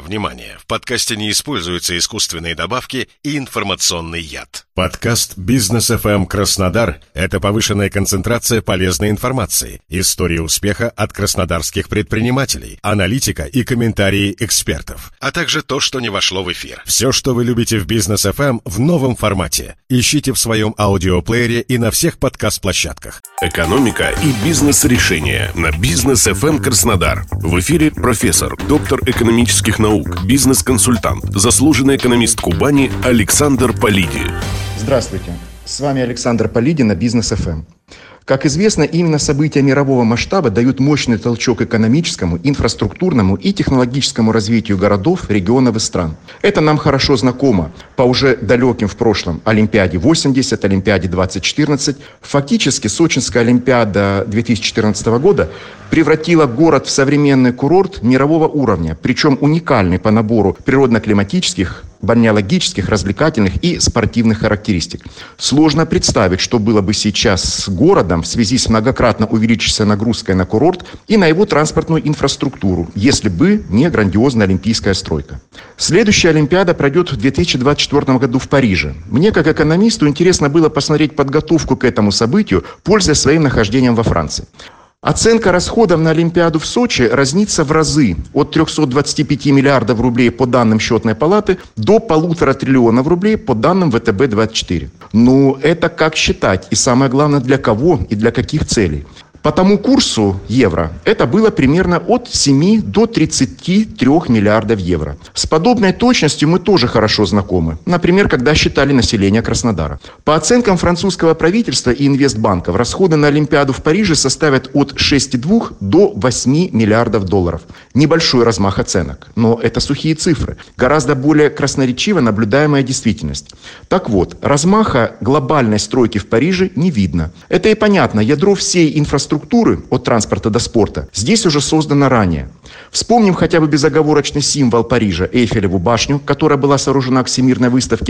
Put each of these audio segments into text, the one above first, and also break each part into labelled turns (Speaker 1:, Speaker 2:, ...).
Speaker 1: Внимание! В подкасте не используются искусственные добавки и информационный яд.
Speaker 2: Подкаст «Бизнес FM Краснодар» — это повышенная концентрация полезной информации, истории успеха от краснодарских предпринимателей, аналитика и комментарии экспертов,
Speaker 1: А также то, что не вошло в эфир.
Speaker 2: все, что вы любите в «Бизнес FM» в новом формате. Ищите в своем аудиоплеере и на всех подкаст-площадках.
Speaker 3: Экономика и бизнес-решения на Бизнес FM Краснодар. В эфире профессор, доктор экономических наук, бизнес-консультант, заслуженный экономист Кубани Александр Полиди.
Speaker 4: Здравствуйте, с вами Александр Полиди на Бизнес FM. Как известно, именно события мирового масштаба дают мощный толчок экономическому, инфраструктурному и технологическому развитию городов, регионов и стран. Это нам хорошо знакомо по уже далеким в прошлом Олимпиаде 80, Олимпиаде 2014. Фактически Сочинская Олимпиада 2014 года превратила город в современный курорт мирового уровня, причем уникальный по набору природно-климатических, бальнеологических, развлекательных и спортивных характеристик. Сложно представить, что было бы сейчас с городом в связи с многократно увеличившейся нагрузкой на курорт и на его транспортную инфраструктуру, если бы не грандиозная олимпийская стройка. Следующая Олимпиада пройдет в 2024 году в Париже. Мне, как экономисту, интересно было посмотреть подготовку к этому событию, пользуясь своим нахождением во Франции. Оценка расходов на Олимпиаду в Сочи разнится в разы от 325 миллиардов рублей по данным Счетной палаты до 1,5 триллиона рублей по данным ВТБ-24. Ну, это как считать и самое главное, для кого и для каких целей. По тому курсу евро это было примерно от 7 до 33 миллиардов евро. С подобной точностью мы тоже хорошо знакомы. Например, когда считали население Краснодара. По оценкам французского правительства и инвестбанков, расходы на Олимпиаду в Париже составят от 6,2 до 8 миллиардов долларов. Небольшой размах оценок, но это сухие цифры. Гораздо более красноречиво наблюдаемая действительность. Так вот, размаха глобальной стройки в Париже не видно. Это и понятно, ядро всей инфраструктуры от транспорта до спорта здесь уже создано ранее. Вспомним хотя бы безоговорочный символ Парижа – Эйфелеву башню, которая была сооружена к Всемирной выставке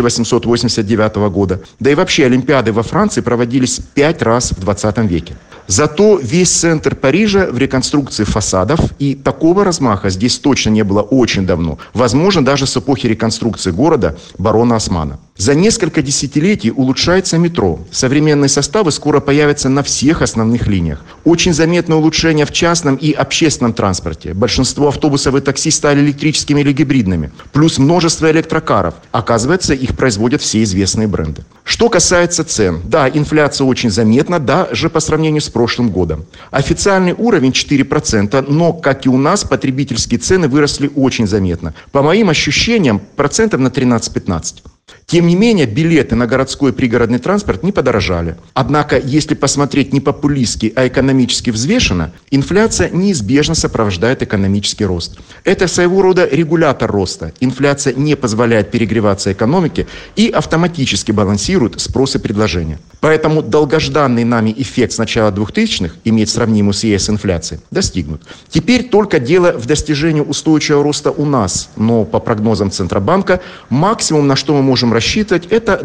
Speaker 4: 1889 года. Да и вообще Олимпиады во Франции проводились 5 раз в 20 веке. Зато весь центр Парижа в реконструкции фасадов, и такого размаха здесь точно не было очень давно. Возможно, даже с эпохи реконструкции города барона Османа. За несколько десятилетий улучшается метро. Современные составы скоро появятся на всех основных линиях. Очень заметное улучшение в частном и общественном транспорте. Большинство автобусов и такси стали электрическими или гибридными. Плюс множество электрокаров. Оказывается, их производят все известные бренды. Что касается цен. Да, инфляция очень заметна, даже по сравнению с прошлым годом. Официальный уровень 4%, но, как и у нас, потребительские цены выросли очень заметно. По моим ощущениям, процентов на 13-15. Тем не менее, билеты на городской и пригородный транспорт не подорожали. Однако, если посмотреть не популистски, а экономически взвешенно, инфляция неизбежно сопровождает экономический рост. Это своего рода регулятор роста. Инфляция не позволяет перегреваться экономике и автоматически балансирует спрос и предложение. Поэтому долгожданный нами эффект с начала 2000-х, иметь сравнимую с ЕС инфляцией, достигнут. Теперь только дело в достижении устойчивого роста у нас. Но по прогнозам Центробанка, максимум, на что мы можем рассчитывать, это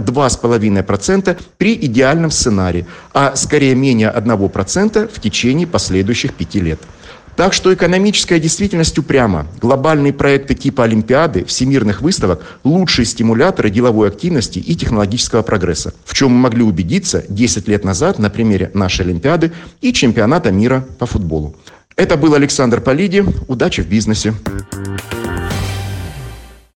Speaker 4: 2,5% при идеальном сценарии, а скорее менее 1% в течение последующих 5 лет. Так что экономическая действительность упряма. Глобальные проекты типа Олимпиады, всемирных выставок – лучшие стимуляторы деловой активности и технологического прогресса, в чем мы могли убедиться 10 лет назад на примере нашей Олимпиады и чемпионата мира по футболу. Это был Александр Полиди. Удачи в бизнесе!